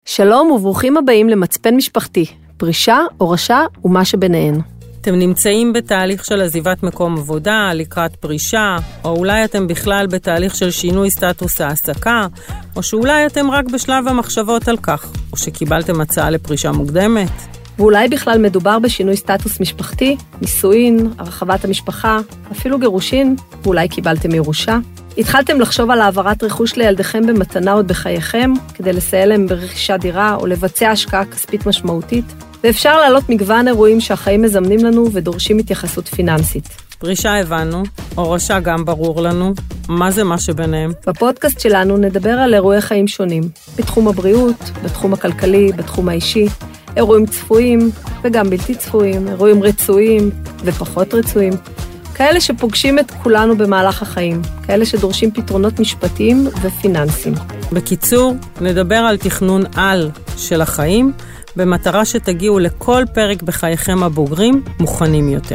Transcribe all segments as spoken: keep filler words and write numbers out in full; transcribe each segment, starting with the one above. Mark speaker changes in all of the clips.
Speaker 1: שלום וברוכים הבאים למצפן משפחתי, פרישה, הורשה ומה שביניהן.
Speaker 2: אתם נמצאים בתהליך של עזיבת מקום עבודה, לקראת פרישה, או אולי אתם בכלל בתהליך של שינוי סטטוס העסקה, או שאולי אתם רק בשלב המחשבות על כך, או שקיבלתם הצעה לפרישה מוקדמת.
Speaker 1: ואולי בכלל מדובר בשינוי סטטוס משפחתי, נישואין, הרחבת המשפחה, אפילו גירושין, ואולי קיבלתם ירושה. התחלתם לחשוב על העברת רכוש לילדיכם במתנה עוד בחייכם, כדי לסייע להם ברכישת דירה או לבצע השקעה כספית משמעותית, ואפשר להעלות מגוון אירועים שהחיים מזמנים לנו ודורשים התייחסות פיננסית.
Speaker 2: פרישה הבנו, הורשה גם ברור לנו, מה זה מה שביניהם?
Speaker 1: בפודקאסט שלנו נדבר על אירועי חיים שונים, בתחום הבריאות, בתחום הכלכלי, בתחום האישי, אירועים צפויים וגם בלתי צפויים, אירועים רצויים ופחות רצויים, כאלה שפוגשים את כולנו במהלך החיים, כאלה שדורשים פתרונות משפטיים ופיננסיים.
Speaker 2: בקיצור, נדבר על תכנון על של החיים, במטרה שתגיעו לכל פרק בחייכם הבוגרים מוכנים יותר.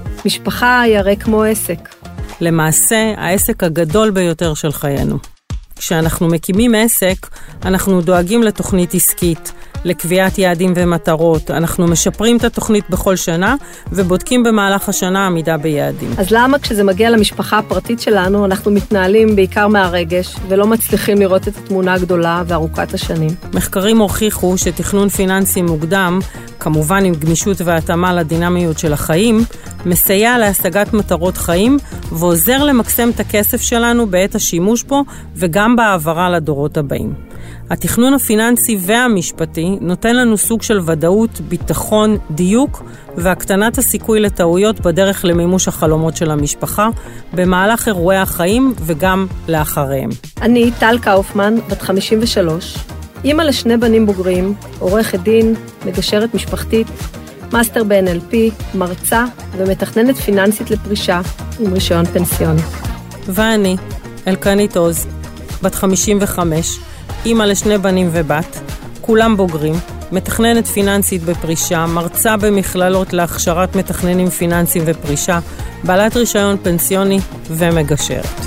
Speaker 1: משפחה היא הרי כמו עסק.
Speaker 2: למעשה, העסק הגדול ביותר של חיינו. כשאנחנו מקימים עסק, אנחנו דואגים לתוכנית עסקית, לקביעת יעדים ומטרות. אנחנו משפרים את התוכנית בכל שנה, ובודקים במהלך השנה עמידה ביעדים.
Speaker 1: אז למה כשזה מגיע למשפחה הפרטית שלנו, אנחנו מתנהלים בעיקר מהרגש, ולא מצליחים לראות את התמונה הגדולה וארוכת השנים?
Speaker 2: מחקרים הוכיחו שתכנון פיננסי מוקדם, כמובן עם גמישות והתאמה לדינמיות של החיים, מסייע להשגת מטרות חיים, ועוזר למקסם את הכסף שלנו בעת השימוש בו, וגם בהעברה לדורות הבאים. התכנון הפיננסי והמשפטי נותן לנו סוג של ודאות, ביטחון, דיוק והקטנת הסיכוי לטעויות בדרך למימוש החלומות של המשפחה במהלך אירועי החיים וגם לאחריהם.
Speaker 1: אני טל קאופמן, בת חמישים ושלוש, אימא לשני בנים בוגרים, עורכת דין, מגשרת משפחתית, מאסטר ב-אן אל פי, מרצה ומתכננת פיננסית לפרישה עם רישיון פנסיוני.
Speaker 2: ואני, אלקנית עוז, בת חמישים וחמש, אימא לשני בנים ובת, כולם בוגרים, מתכננת פיננסית בפרישה, מרצה במכללות להכשרת מתכננים פיננסיים ופרישה, בעלת רישיון פנסיוני ומגשרת.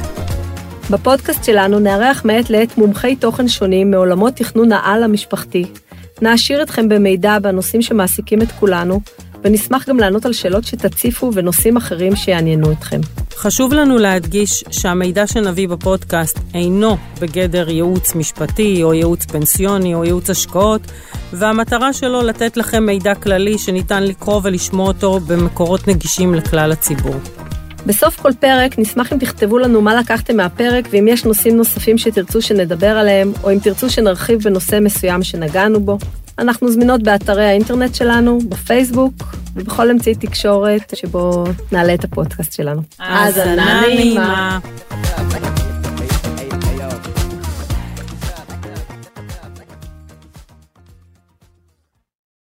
Speaker 1: בפודקאסט שלנו נארח מעת לעת מומחי תוכן שונים מעולמות תכנון העל המשפחתי. נעשיר אתכם במידע בנושאים שמעסיקים את כולנו, ונשמח גם לענות על שאלות שתציפו ונושאים אחרים שיעניינו אתכם.
Speaker 2: חשוב לנו להדגיש שהמידע שנביא בפודקאסט אינו בגדר ייעוץ משפטי או ייעוץ פנסיוני או ייעוץ השקעות, והמטרה שלו לתת לכם מידע כללי שניתן לקרוא ולשמוע אותו במקורות נגישים לכלל הציבור.
Speaker 1: בסוף כל פרק נשמח אם תכתבו לנו מה לקחתם מהפרק, ואם יש נושאים נוספים שתרצו שנדבר עליהם, או אם תרצו שנרחיב בנושא מסוים שנגענו בו. אנחנו זמינות באתרי האינטרנט שלנו, בפייסבוק, ובכל אמצעי תקשורת שבו נעלה את הפודקאסט שלנו.
Speaker 2: אז נעימה.